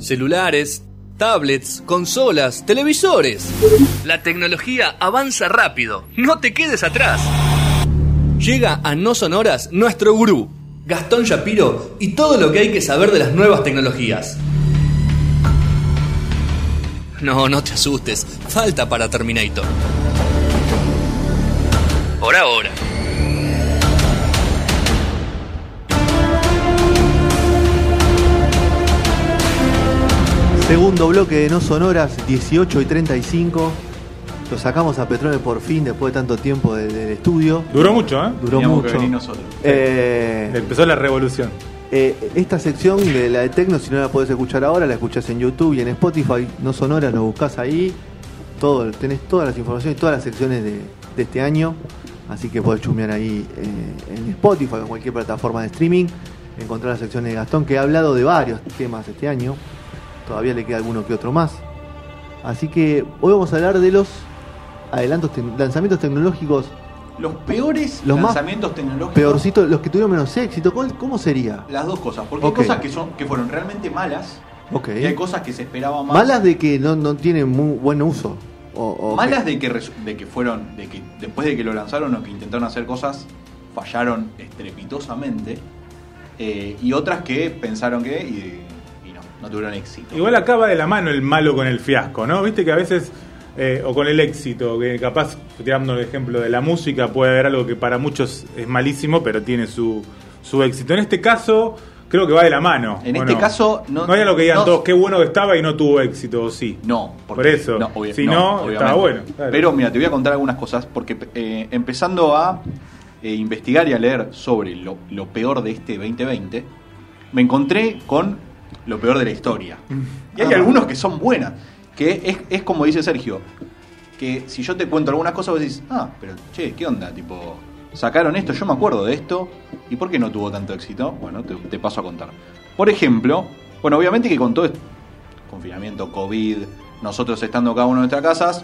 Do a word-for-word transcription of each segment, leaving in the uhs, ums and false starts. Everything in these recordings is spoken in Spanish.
celulares, tablets, consolas, televisores. La tecnología avanza rápido, no te quedes atrás. Llega a No Sonoras nuestro gurú, Gastón Shapiro, y todo lo que hay que saber de las nuevas tecnologías. No, no te asustes, falta para Terminator. Por ahora. Segundo bloque de No Sonoras, dieciocho y treinta y cinco. Lo sacamos a Petrone por fin, después de tanto tiempo del de, de estudio. Duró mucho, ¿eh? Duró Teníamos mucho. que venir nosotros. Eh, Empezó la revolución. eh, esta sección de la de Tecno, si no la podés escuchar ahora, la escuchás en YouTube y en Spotify. No Sonoras, lo buscás ahí. Todo, tenés todas las informaciones, todas las secciones de, de este año. Así que podés chumear ahí eh, en Spotify o en cualquier plataforma de streaming. Encontrar la sección de Gastón, que ha hablado de varios temas este año. Todavía le queda alguno que otro más. Así que hoy vamos a hablar de los adelantos, te- lanzamientos tecnológicos Los peores Los más lanzamientos tecnológicos. peorcitos, los que tuvieron menos éxito. ¿Cómo, cómo sería? Las dos cosas. Porque Ok. hay cosas que son que fueron realmente malas. Ok. Y hay cosas que se esperaban más. Malas de que no, no tienen muy buen uso. O, o Malas que- de que, resu- de que fueron, de que después de que lo lanzaron o que intentaron hacer cosas, fallaron estrepitosamente. Eh, y otras que pensaron que y, y no, no tuvieron éxito. Igual acá va de la mano el malo con el fiasco, ¿no? Viste que a veces, eh, o con el éxito, que capaz, tirando el ejemplo de la música, puede haber algo que para muchos es malísimo, pero tiene su, su éxito. En este caso, creo que va de la mano. En ¿o este no? caso, no. No hay algo que digan no- todos, qué bueno que estaba y no tuvo éxito, o sí. No, porque- Por eso. no, obvia- si no, no, obviamente. estaba bueno. Claro. Pero mira, te voy a contar algunas cosas, porque eh, empezando a eh, investigar y a leer sobre lo, lo peor de este veinte veinte, me encontré con lo peor de la historia. Y hay Ah. algunos que son buenas, que es, es como dice Sergio, que si yo te cuento algunas cosas vos decís, ah, pero che, ¿qué onda? Tipo, sacaron esto, yo me acuerdo de esto, ¿y por qué no tuvo tanto éxito? Bueno, te, te paso a contar. Por ejemplo, bueno, obviamente que con todo este confinamiento, COVID, nosotros estando cada uno en nuestras casas,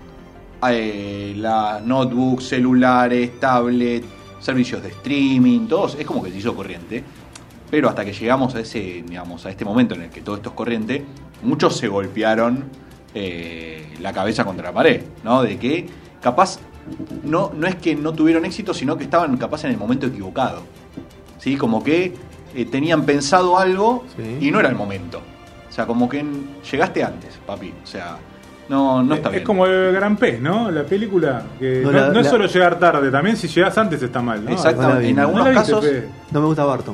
eh, las notebooks, celulares, tablet, servicios de streaming, todos, es como que se hizo corriente. Pero hasta que llegamos a ese, digamos, a este momento en el que todo esto es corriente, muchos se golpearon eh, la cabeza contra la pared, ¿no? De que capaz no, no es que no tuvieron éxito, sino que estaban capaz en el momento equivocado. ¿Sí? Como que eh, tenían pensado algo Sí. y no era el momento. O sea, como que en- llegaste antes, papi. O sea, no, no está es bien. como el Gran Pez, ¿no? La película. Que No, no, la- no es la- solo llegar tarde, también si llegas antes está mal, ¿no? Exacto. No la vi. En No algunos la viste, casos. Pez. No me gusta Barton.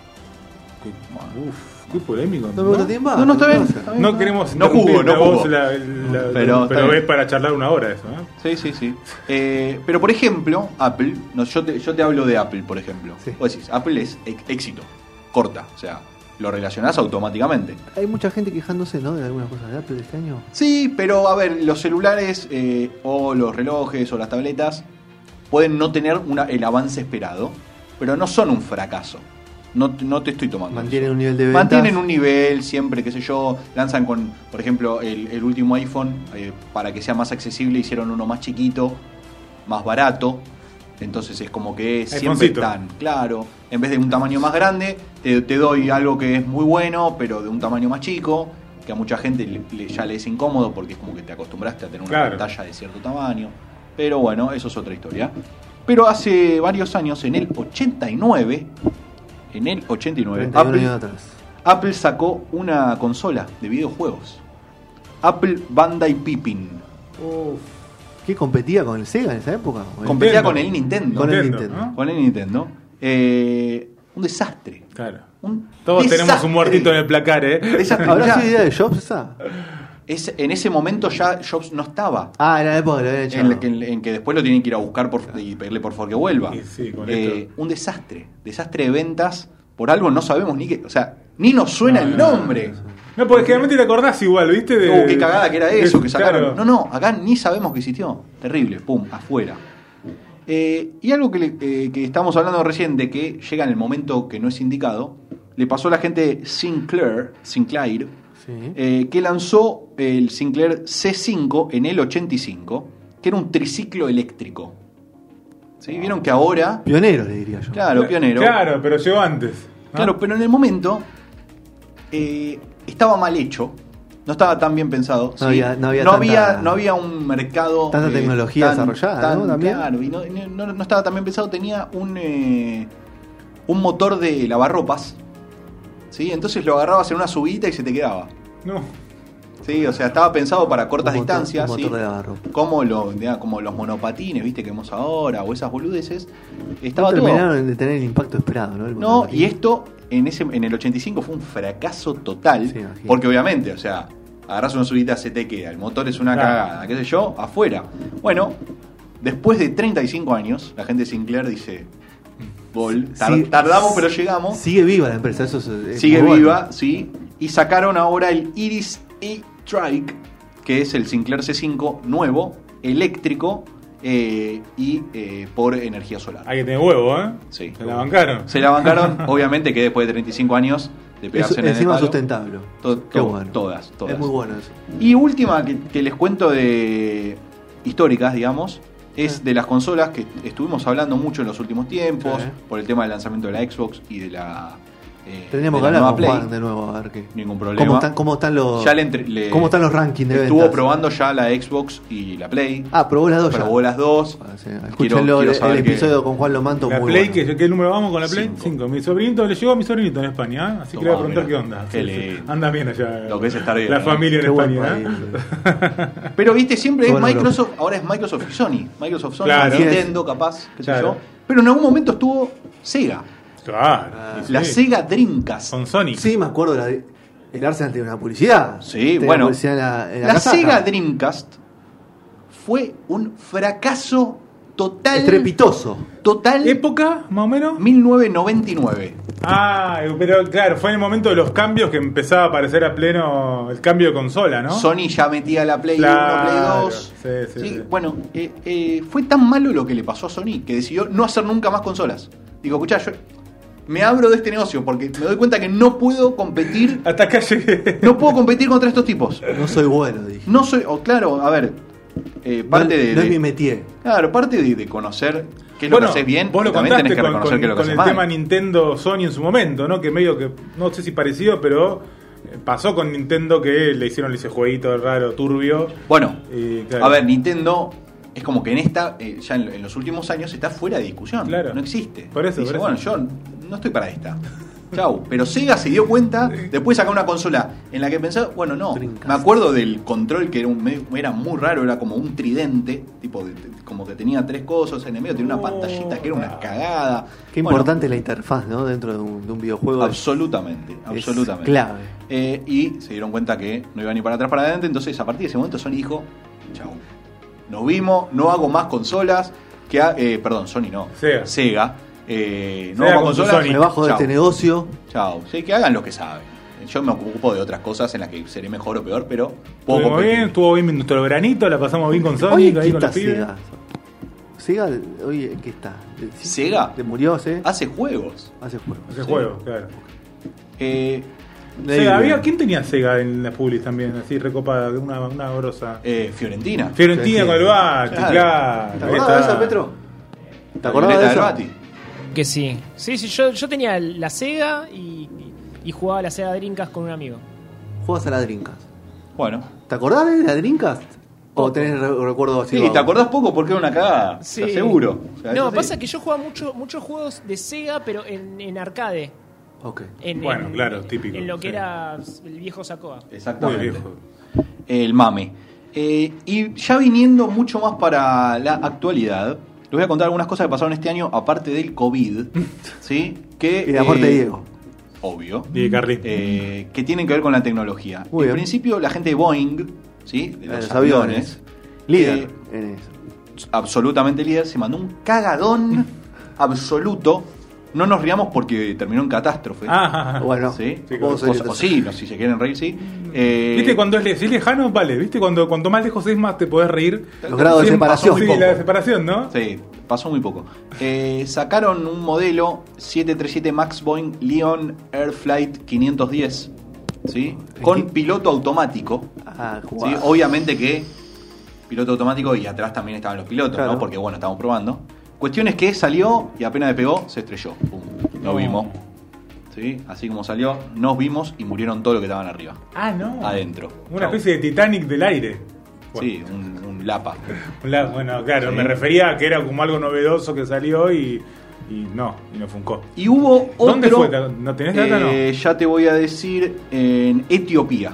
Uf, qué polémico. No me gusta Tim Burton. No, no, está bien. ¿qué pasa? Está bien. No queremos No jugó, interrumpir no la voz, jugó. la- la- Pero está pero bien. es para charlar una hora eso, ¿eh? Sí, sí, sí. Eh, pero por ejemplo, Apple, no, yo, te, yo te hablo de Apple, por ejemplo. Sí. Vos decís, Apple es ex- éxito, corta, o sea, lo relacionás automáticamente. Hay mucha gente quejándose, ¿no? De algunas cosas de Apple de este año. Sí, pero a ver, los celulares eh, o los relojes o las tabletas pueden no tener una, el avance esperado, pero no son un fracaso. No, te- no te estoy tomando. Mantienen eso. un nivel de ventas. Mantienen un nivel siempre, qué sé yo, lanzan con, por ejemplo, el, el último iPhone, eh, para que sea más accesible, hicieron uno más chiquito, más barato, entonces es como que siempre iPhonecito. están, claro, en vez de un tamaño más grande, te, te doy algo que es muy bueno, pero de un tamaño más chico, que a mucha gente le- le- ya le es incómodo porque es como que te acostumbraste a tener una Claro. pantalla de cierto tamaño, pero bueno, eso es otra historia. Pero hace varios años, en el ochenta y nueve, en el ochenta y nueve, treinta y uno Apple, años atrás. Apple sacó una consola de videojuegos. Apple Bandai Pippin. ¿Qué competía con el Sega en esa época? ¿O el- Competía Nintendo. con el Nintendo. Con el Nintendo, Nintendo. ¿no? Con el Nintendo. Eh, un desastre. Claro. Un Todos desastre. tenemos un muertito en el placar, ¿eh? Desastre. ¿Habrá Ya, sido idea de Jobs esa? es- en ese momento ya Jobs no estaba. Ah, era la época que lo habían hecho. En, la que, en que después lo tienen que ir a buscar por, y pedirle por favor que vuelva. Y sí, con Eh, esto. un desastre. Desastre de ventas. Por algo no sabemos ni qué. O sea, ni nos suena No, el no, nombre. No, porque generalmente te acordás igual, ¿viste? De, Uh, qué cagada que era eso, que sacaron. Claro. No, no, acá ni sabemos que existió. Terrible, pum, afuera. Eh, y algo que, le- eh, que estamos hablando recién de que llega en el momento que no es indicado, le pasó a la gente de Sinclair, Sinclair Sí. eh, que lanzó el Sinclair C cinco en el ochenta y cinco, que era un triciclo eléctrico. ¿Sí? Vieron que ahora, Pionero, le diría yo. claro, pionero. Claro, pero llegó antes. ¿no? Claro, pero en el momento, eh, estaba mal hecho. No estaba tan bien pensado. No ¿sí? había- no había no, tanta- había, no había un mercado. Tanta tecnología desarrollada, ¿no? También. Claro, y no, no- no estaba tan bien pensado. Tenía un, eh, un motor de lavarropas. ¿Sí? Entonces lo agarrabas en una subida y se te quedaba. No. Sí, o sea, estaba pensado para cortas Un motor- distancias. un ¿sí? motor de lavarropa. Como, lo, digamos, como los monopatines, viste, que vemos ahora, o esas boludeces. Estaba No todo. terminaron de tener el impacto esperado, ¿no? El No, monopatín. y esto en ese en el ochenta y cinco fue un fracaso total. Sí, imagino. Porque obviamente, o sea, agarras una subida, se te queda, el motor es una Claro. cagada, qué sé yo, afuera. Bueno, después de treinta y cinco años, la gente de Sinclair dice, Vol, tar- Sigue- tardamos pero llegamos. Sigue viva la empresa, eso es, es Sigue muy viva, bueno. sí. Y sacaron ahora el Iris E-Trike, que es el Sinclair C cinco nuevo, eléctrico eh, y eh, por energía solar. Hay que tener huevo, ¿eh? Sí. Se la bancaron. Se la bancaron, obviamente que después de treinta y cinco años de pegarse Es, en el encima palo. sustentable. To- Qué to- bueno. Todas, todas. Es muy bueno eso. Y última que, que les cuento de históricas, digamos, es de las consolas que estuvimos hablando mucho en los últimos tiempos, Sí. por el tema del lanzamiento de la Xbox y de la, eh, Tendríamos de que la hablar nueva con Play. Juan de nuevo, a ver qué. Ningún problema. ¿Cómo están, cómo están los, Ya le entre- le- cómo están los rankings de Estuvo ventas? probando ya la Xbox y la Play. Ah, probó las dos ya. Probó las dos. Ah, sí. Quiero- Escúchenlo, quiero el, saber el que- episodio con Juan Lomanto, La muy Play, bueno. que, ¿qué número vamos con la Play? Cinco. Cinco. Mi sobrinito, le llegó a mi sobrinito en España, ¿eh? Así que le voy a Tomá, preguntar mira. qué onda. Qué Sí, sí. lindo. Anda bien allá. Lo que es estar bien, La ¿eh? familia en Qué buen España, ¿eh? país. Pero viste, siempre es Bueno, Microsoft, ahora es Microsoft y Sony. Microsoft, Sony, Claro. Nintendo, capaz, qué sé Claro. yo. Pero en algún momento estuvo Sega. Claro. sí. La Sega Dreamcast. Con Sonic. Sí, me acuerdo, la, el Arsenal tiene una publicidad. Sí, Tiene bueno. publicidad en la, en la La casaca. Sega Dreamcast fue un fracaso total. Estrepitoso. Total. ¿Época, más o menos? mil novecientos noventa y nueve. Ah, pero claro, fue en el momento de los cambios que empezaba a aparecer a pleno el cambio de consola, ¿no? Sony ya metía la Play Claro, uno, Play dos. sí, sí, sí. Bueno, eh, eh, fue tan malo lo que le pasó a Sony que decidió no hacer nunca más consolas. Digo, escuchá, yo me abro de este negocio porque me doy cuenta que no puedo competir. Hasta acá llegué. No puedo competir contra estos tipos. No soy bueno, dije. No soy. O claro, a ver. eh, parte no, de. no es de- mi métier. Claro, parte de, de conocer qué es lo que haces bien. Vos lo y también contaste tenés que con, reconocer con- qué es lo que con haces el mal. tema Nintendo Sony en su momento, ¿no? Que medio que, no sé si parecido, pero eh, pasó con Nintendo que le hicieron ese jueguito raro, turbio. Bueno, Y, claro. a ver, Nintendo es como que en esta, eh, ya en, en los últimos años está fuera de discusión. Claro. No existe. Por eso, Dice, por bueno, eso. yo no estoy para esta. Chau. Pero Sega se dio cuenta después de sacar una consola en la que pensaba, bueno, no. Dreamcast. Me acuerdo del control que era, un, medio- era muy raro, era como un tridente, tipo de- de- como que tenía tres cosas en el medio, tenía una Oh, pantallita que era una claro. cagada. Qué Bueno, importante es la interfaz, ¿no? Dentro de un, de un videojuego. Absolutamente, Es absolutamente. clave. Eh, y se dieron cuenta que no iba ni para atrás para adelante, entonces a partir de ese momento Sony dijo, chau, nos vimos, no hago más consolas, que ha- eh, perdón, Sony no, Sega. Sega, eh, no Sega hago más con su consolas, Sony. Me bajo de chau, este negocio. chau, sí, que hagan lo que saben. Yo me ocupo de otras cosas en las que seré mejor o peor, pero puedo Estuvimos competir. bien, estuvo bien nuestro veranito, la pasamos bien con Oye, Sonic, ¿qué ahí con está los pibes. Sega? Sega, oye, ¿qué está? ¿Sega? ¿Le murió, sí? Hace juegos. Hace juegos. Ese Sí. juego, claro. Eh, Sega, había, ¿quién tenía Sega en las publis también? Así recopada, una, una grosa. eh, Fiorentina. Fiorentina con el Bati, Claro. claro. ¿Te ahí acordabas de está. eso, Petro? ¿Te La acordabas de violeta eso? del Bati. Que sí. Sí, sí, yo, yo tenía la Sega y, y jugaba la Sega Dreamcast con un amigo. Juegas a la Dreamcast. Bueno. ¿Te acordás de la Dreamcast? ¿O tenés re- recuerdo así? Sí, vago? ¿te acordás poco porque era una cagada? Sí. Te aseguro. O sea, No, eso sí. pasa que yo jugaba mucho, muchos juegos de Sega, pero en, en arcade. Ok. En, Bueno, en- claro, típico, En lo que sí. era el viejo Sacoa. Muy Exactamente. viejo. El mame. Eh, y ya viniendo mucho más para la actualidad, les voy a contar algunas cosas que pasaron este año, aparte del COVID, ¿sí? Que, Y la muerte eh, de Diego. Obvio. Y Carly. Eh, que tienen que ver con la tecnología. Muy en bien. principio, la gente de Boeing, ¿sí? De De los, los aviones, aviones. Líder eh, en eso. absolutamente líder, se mandó un cagadón absoluto. No nos riamos porque terminó en catástrofe. Ah, Bueno, ¿Sí? Sí, vamos a o, ir o sí, no, si se quieren reír, sí. Eh, ¿Viste cuando es, le- si es lejano? Vale, ¿viste? Cuando cuanto más lejos es, más te podés reír. Los grados de Siempre- separación. Sí, poco. la separación, ¿no? Sí, pasó muy poco. Eh, sacaron un modelo siete treinta y siete MAX Boeing Lion Air Flight quinientos diez, ¿sí? Con piloto automático. Ah, ¿Sí? jugá. Obviamente que piloto automático y atrás también estaban los pilotos, Claro. ¿no? Porque bueno, estábamos probando. Cuestión es que salió y apenas despegó, se estrelló. Pum, lo No. vimos. ¿sí? Así como salió, nos vimos y murieron todos los que estaban arriba. Ah, no. Adentro. Una Chau. especie de Titanic del aire. Bueno. Sí, un, un lapa. La- bueno, claro, Sí. me refería a que era como algo novedoso que salió y, y no, y no funcó. Y hubo otro... ¿Dónde fue? ¿No tenés data, no? eh, Ya te voy a decir, en Etiopía.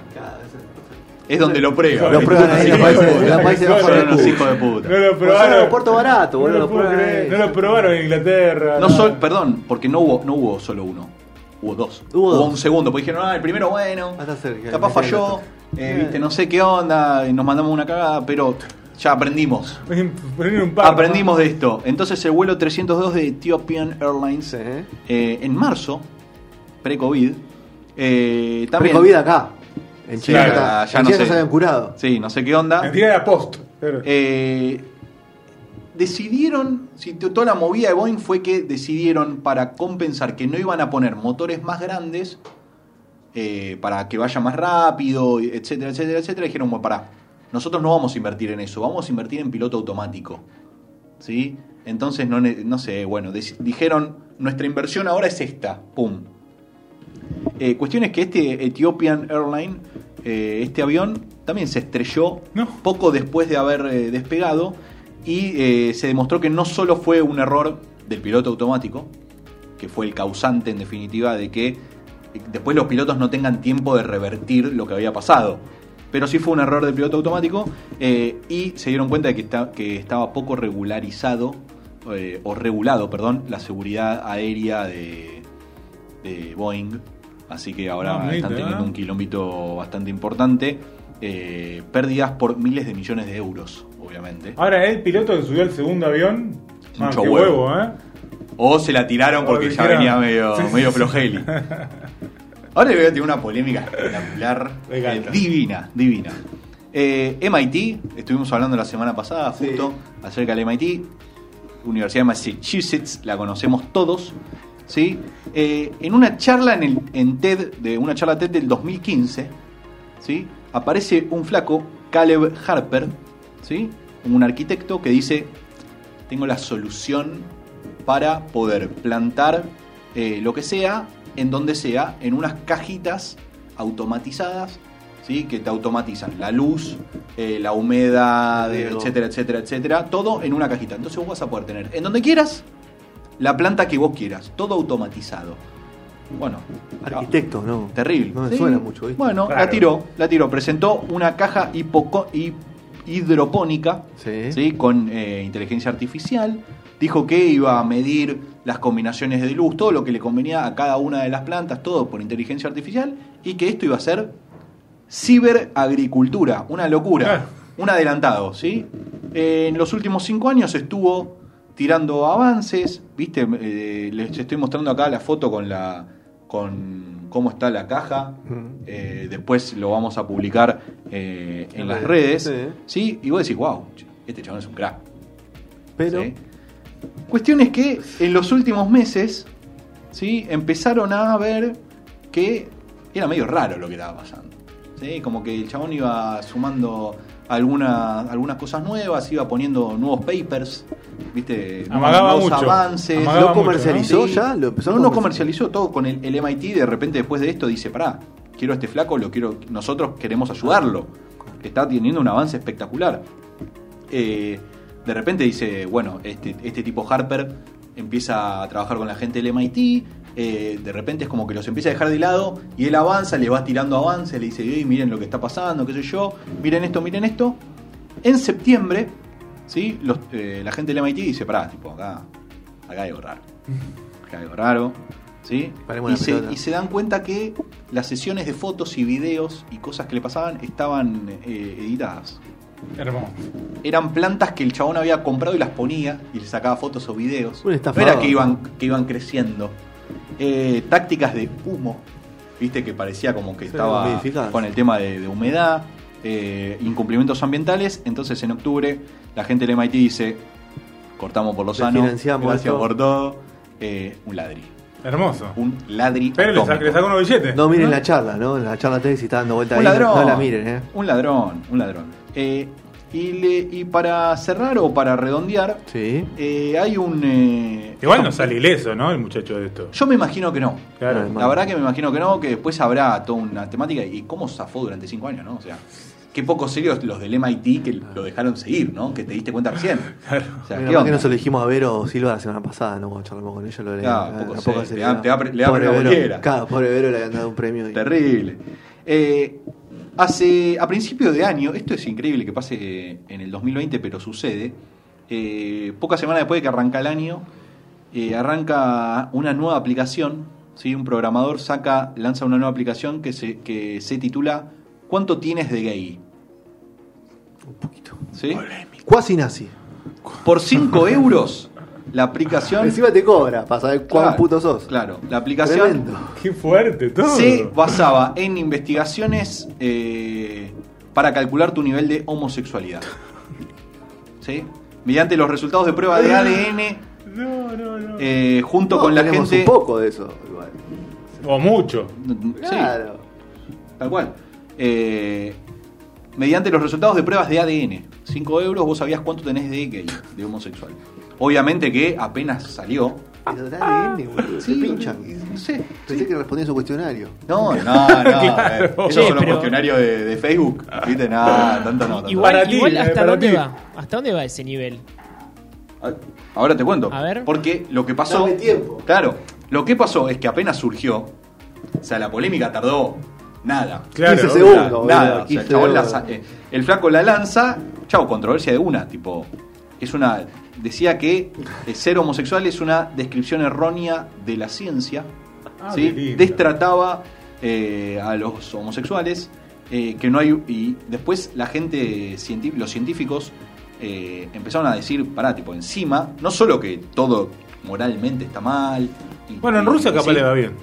Es donde lo prueban. Lo prueban ahí, Sí, la países- bueno, la países bueno, bajo Son de unos Cuba. hijos de puta. No lo Pues son probaron. aeropuerto barato, No boludo. lo puedo prueban creer. ahí. No lo probaron en Inglaterra. No nada. sol- perdón, porque no hubo, no hubo solo uno. Hubo dos. Hubo dos. un segundo, porque dijeron, ah, el primero bueno, Hasta cerca, capaz me falló, quedé eh, acá. viste, no sé qué onda, y nos mandamos una cagada, pero ya aprendimos. Poner un par, Aprendimos de esto. Entonces el vuelo trescientos dos de Ethiopian Airlines, Sí. eh, en marzo, pre-COVID, eh, también... Pre-COVID acá. En Chile Claro, ya, está- ya en no Chile sé. ya se habían curado. Sí, no sé qué onda. Mentira era post. Claro. Eh, decidieron, si t- toda la movida de Boeing fue que decidieron para compensar que no iban a poner motores más grandes eh, para que vaya más rápido, etcétera, etcétera, etcétera, dijeron, bueno, pará, nosotros no vamos a invertir en eso, vamos a invertir en piloto automático. ¿Sí? Entonces, no, ne- no sé, bueno, dec- dijeron, nuestra inversión ahora es esta, pum. Eh, cuestión es que este Ethiopian Airlines, eh, este avión, también se estrelló No. poco después de haber eh, despegado y eh, se demostró que no solo fue un error del piloto automático, que fue el causante en definitiva de que eh, después los pilotos no tengan tiempo de revertir lo que había pasado, pero sí fue un error del piloto automático eh, y se dieron cuenta de que, está, que estaba poco regularizado eh, o regulado, perdón, la seguridad aérea de, de Boeing. Así que ahora Ah, bonito, están teniendo ¿eh? un quilombito bastante importante. Eh, pérdidas por miles de millones de euros, obviamente. Ahora, el piloto que subió al segundo avión. Ah, Mucho qué huevo. huevo, ¿eh? O se la tiraron porque O ya dijeron- venía medio, Sí, sí, medio sí. flojeli. Ahora le voy a tener una polémica espectacular, Me eh, encanta. divina, divina. Eh, M I T, estuvimos hablando la semana pasada Sí. justo acerca del M I T, Universidad de Massachusetts, la conocemos todos. ¿Sí? Eh, en una charla en, el, en TED, de una charla TED del dos mil quince, ¿sí? Aparece un flaco, Caleb Harper, ¿sí? Un arquitecto que dice, tengo la solución para poder plantar eh, lo que sea, en donde sea, en unas cajitas automatizadas, ¿sí? Que te automatizan la luz, eh, la humedad, El riego. etcétera, etcétera, etcétera, todo en una cajita. Entonces vos vas a poder tener en donde quieras la planta que vos quieras, todo automatizado. Bueno, Arquitecto, ¿no? terrible. No me Sí. suena mucho, ¿viste? Bueno, Claro. la tiró, la tiró. Presentó una caja hipoco- hi- hidropónica, Sí. ¿sí? Con eh, inteligencia artificial. Dijo que iba a medir las combinaciones de luz, todo lo que le convenía a cada una de las plantas, todo por inteligencia artificial, y que esto iba a ser ciberagricultura, una locura, Claro. un adelantado, ¿sí? Eh, en los últimos cinco años estuvo tirando avances, ¿viste? Eh, les estoy mostrando acá la foto con la con cómo está la caja. Ujú. Eh, después lo vamos a publicar eh, en En las redes, redes. sí. ¿Sí? Y vos decís, wow, este chabón es un crack. Pero, ¿Sí? Cuestión es que en los últimos meses, ¿sí? Empezaron a ver que era medio raro lo que estaba pasando. ¿Sí? Como que el chabón iba sumando alguna, algunas cosas nuevas, iba poniendo nuevos papers, ¿viste? Amagaba nuevos mucho. avances. Amagaba ¿lo mucho, comercializó Sí. ya? ¿Lo empezó no, a no comercializar? comercializó todo con el, el M I T. De repente, después de esto, dice: pará, quiero a este flaco, lo quiero, nosotros queremos ayudarlo. Está teniendo un avance espectacular. Eh, de repente dice: bueno, este, este tipo Harper empieza a trabajar con la gente del M I T. Eh, de repente es como que los empieza a dejar de lado y él avanza, le va tirando avances, le dice: "Ey, miren lo que está pasando, qué sé yo, miren esto, miren esto". En septiembre, ¿sí? Los, eh, la gente del M I T dice: pará, tipo, acá, acá hay algo raro. Acá hay algo raro. ¿Sí? Paremos Y la se, pelota. y se dan cuenta que las sesiones de fotos y videos y cosas que le pasaban estaban eh, editadas. Hermoso. Eran plantas que el chabón había comprado y las ponía y le sacaba fotos o videos. Un No estafador. era que iban, que iban creciendo. Eh, tácticas de humo, viste que parecía como que Sí, estaba humidificadas. con el tema de, de humedad, eh, incumplimientos ambientales. Entonces en octubre la gente del M I T dice: cortamos por lo sano, Desfinanciamos gracias esto. por todo. Eh, un ladri, Hermoso. un ladri. Pero le, sa- atómico. le sacó unos billetes. No miren ¿No? la charla, ¿no? La charla T si está dando vuelta Un ahí. no- ladrón. No la miren, ¿eh? Un ladrón, un ladrón. Eh, Y, le, y para cerrar o para redondear, Sí. eh, hay un... Eh, Igual no sale ileso, ¿no? El muchacho de esto. Yo me imagino que no. Claro. La verdad que me imagino que no, que después habrá toda una temática. Y cómo zafó durante cinco años, ¿no? O sea, qué poco serios los del M I T que lo dejaron seguir, ¿no? Que te diste cuenta recién. Claro. O sea, Mira, ¿qué más que onda? nos lo dijimos a Vero Silva la semana pasada, no cuando charlamos con ella, lo de Claro, la- poco la serio, poca te seriedad. da- te da pre- le da Pobre premio a Vero, cualquiera. claro, pobre Vero le habían dado un premio. y- Terrible. Eh, hace a principio de año, esto es increíble que pase en el dos mil veinte, pero sucede. Eh, pocas semanas después de que arranca el año, eh, arranca una nueva aplicación. ¿Sí? Un programador saca, lanza una nueva aplicación que se, que se titula ¿Cuánto tienes de gay? Un poquito. ¿Sí? Cuasi nazi. Por cinco euros, la aplicación. Encima te cobra para saber cuán Claro, puto sos. Claro, la aplicación Tremendo. Qué fuerte todo. se basaba en investigaciones eh, para calcular tu nivel de homosexualidad. ¿Sí? Mediante los resultados de prueba de A D N, No, no, no. eh, junto No, con la tenemos gente. un poco de eso, igual. O mucho. Sí, Claro. tal cual. Eh, mediante los resultados de pruebas de A D N. cinco euros, vos sabías cuánto tenés de gay, de homosexual. Obviamente que apenas salió. Pero de A D N, boludo, se Sí, pinchan. no sé. Pensé que respondía su cuestionario. No, no, no. Claro. eh, Esos Che, son los pero- cuestionarios de, de Facebook. ¿Viste? Nada, tanto no. tanto Igual, Para ti, igual eh, ¿hasta para dónde ti. va? ¿Hasta dónde va ese nivel? no. Ahora te cuento. A ver. Porque lo que pasó. Dame tiempo. Claro, lo que pasó es que apenas surgió. O sea, la polémica tardó nada. Claro. quince O sea, segundos, boludo, nada. O sea, el, quince chabón la segundos. sa- eh, el flaco la lanza. Chau, controversia de una. Tipo, es una. Decía que eh, ser homosexual es una descripción errónea de la ciencia. Ah, ¿Sí? qué lindo. Destrataba eh, a los homosexuales. eh, que no hay. Y después la gente, científ- los científicos. Eh, empezaron a decir, pará, tipo, encima, no solo que todo moralmente está mal. y- Bueno, en y- Rusia y capaz sí. le va bien.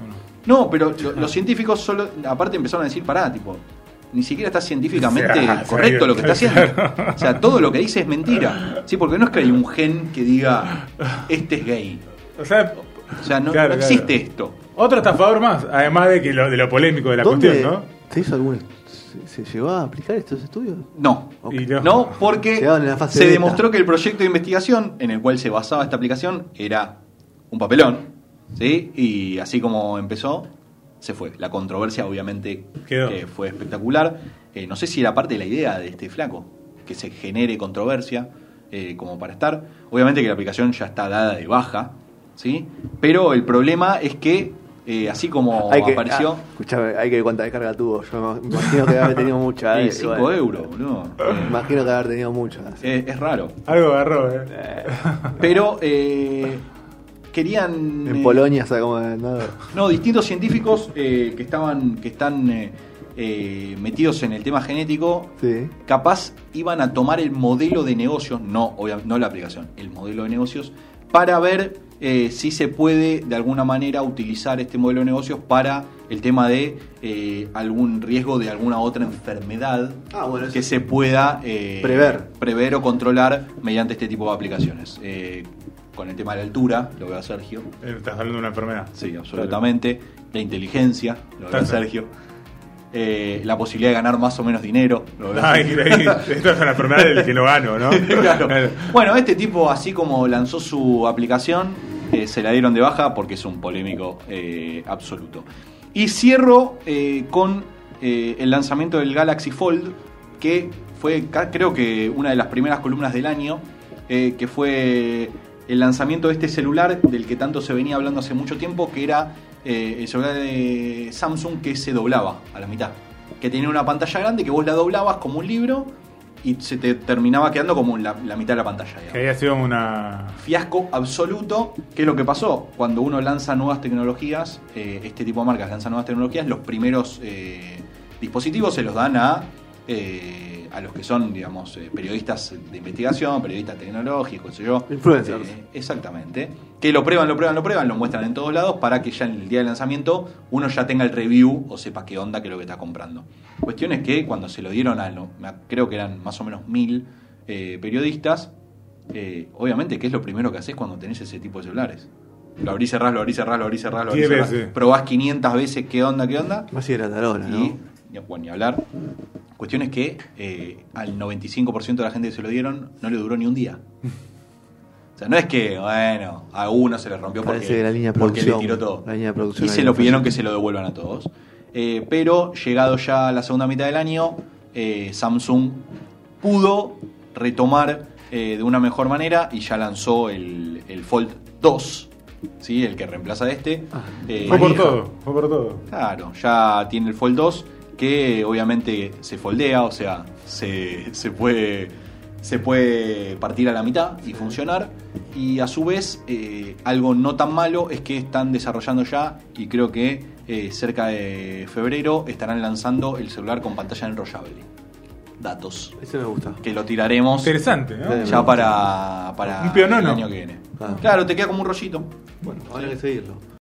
No, pero lo- los científicos solo, aparte empezaron a decir, pará, tipo, ni siquiera está científicamente Ah, correcto sí, lo que está haciendo. claro. O sea, todo lo que dice es mentira. Sí, porque no es que hay un gen que diga, este es gay. O sea, O sea, no, Claro, no claro. existe esto. otro estafador más, además de que lo, de lo polémico de la ¿Dónde cuestión, ¿no? ¿Se hizo algún est- se, se llegó a aplicar estos estudios? No. Ok. Y no. No, porque Quedaron en la fase se beta. demostró que el proyecto de investigación en el cual se basaba esta aplicación era un papelón, ¿sí? Y así como empezó, se fue. La controversia obviamente Quedó. eh, fue espectacular. Eh, no sé si era parte de la idea de este flaco, que se genere controversia eh, como para estar. Obviamente que la aplicación ya está dada de baja, ¿sí? Pero el problema es que eh, así como Hay que, apareció... ah, escuchame, hay que ver cuánta descarga tuvo. Yo me imagino que debe haber tenido mucha. eh, cinco igual. euros, boludo. Me imagino que debe haber tenido muchas. Eh, es raro. Algo agarró, ¿eh? Pero eh, querían... En eh, Polonia, ¿sabes cómo no? No, distintos científicos eh, que estaban que están eh, eh, metidos en el tema genético, Sí. capaz iban a tomar el modelo de negocios, no, obvia- no la aplicación, el modelo de negocios, para ver eh, si se puede de alguna manera utilizar este modelo de negocios para el tema de eh, algún riesgo de alguna otra enfermedad Ah, bueno, eso que sí. se pueda eh, Prever. prever o controlar mediante este tipo de aplicaciones. Eh, con el tema de la altura, lo veo a Sergio. Eh, Estás hablando de una enfermedad. Sí, absolutamente. La inteligencia, lo veo a Claro. Sergio. Eh, la posibilidad de ganar más o menos dinero, lo veo a Ay, Sergio. ahí, esto es una enfermedad del que lo gano, ¿no? Claro. Bueno, este tipo, así como lanzó su aplicación, eh, se la dieron de baja porque es un polémico eh, absoluto. Y cierro eh, con eh, el lanzamiento del Galaxy Fold, que fue ca- creo que una de las primeras columnas del año, eh, que fue el lanzamiento de este celular del que tanto se venía hablando hace mucho tiempo, que era eh, el celular de Samsung que se doblaba a la mitad, que tenía una pantalla grande que vos la doblabas como un libro y se te terminaba quedando como la, la mitad de la pantalla, digamos. Que había sido una... Fiasco absoluto. ¿Qué es lo que pasó? Cuando uno lanza nuevas tecnologías, eh, este tipo de marcas lanzan nuevas tecnologías, los primeros eh, dispositivos se los dan a, eh, a los que son, digamos, eh, periodistas de investigación, periodistas tecnológicos, qué sé yo. Influencers. Eh, exactamente. Que lo prueban, lo prueban, lo prueban, lo muestran en todos lados para que ya en el día del lanzamiento uno ya tenga el review o sepa qué onda, qué es lo que está comprando. Cuestión es que cuando se lo dieron a, no, creo que eran más o menos mil eh, periodistas, eh, obviamente, ¿qué es lo primero que haces cuando tenés ese tipo de celulares? Lo abrís, cerrás, lo abrís, cerrás, lo abrís, cerrás, lo abrís, diez cerrás. veces. Probás quinientas veces qué onda, qué onda. Más si era tarola, ¿no? Y, y, bueno, ni hablar. Cuestión es que eh, al noventa y cinco por ciento de la gente que se lo dieron no le duró ni un día. O sea, no es que, bueno, a uno se le rompió Parece porque, que la línea de porque le producción- tiró todo. la línea de producción Y se ahí lo no pidieron falló. que se lo devuelvan a todos. Eh, pero llegado ya a la segunda mitad del año, eh, Samsung pudo retomar eh, de una mejor manera y ya lanzó el, el Fold dos, ¿sí? El que reemplaza a este. Ah, Eh, Fue por manija. todo, fue por todo. Claro, ya tiene el Fold dos que obviamente se foldea, o sea, se, se puede se puede partir a la mitad y funcionar. Y a su vez, eh, algo no tan malo es que están desarrollando ya, y creo que eh, cerca de febrero estarán lanzando el celular con pantalla enrollable. Datos. Ese me gusta. Que lo tiraremos Interesante, ¿no? Sí. ya para, para Un pionono. el año que viene. Claro. Claro, te queda como un rollito. Bueno, ahora hay que seguirlo.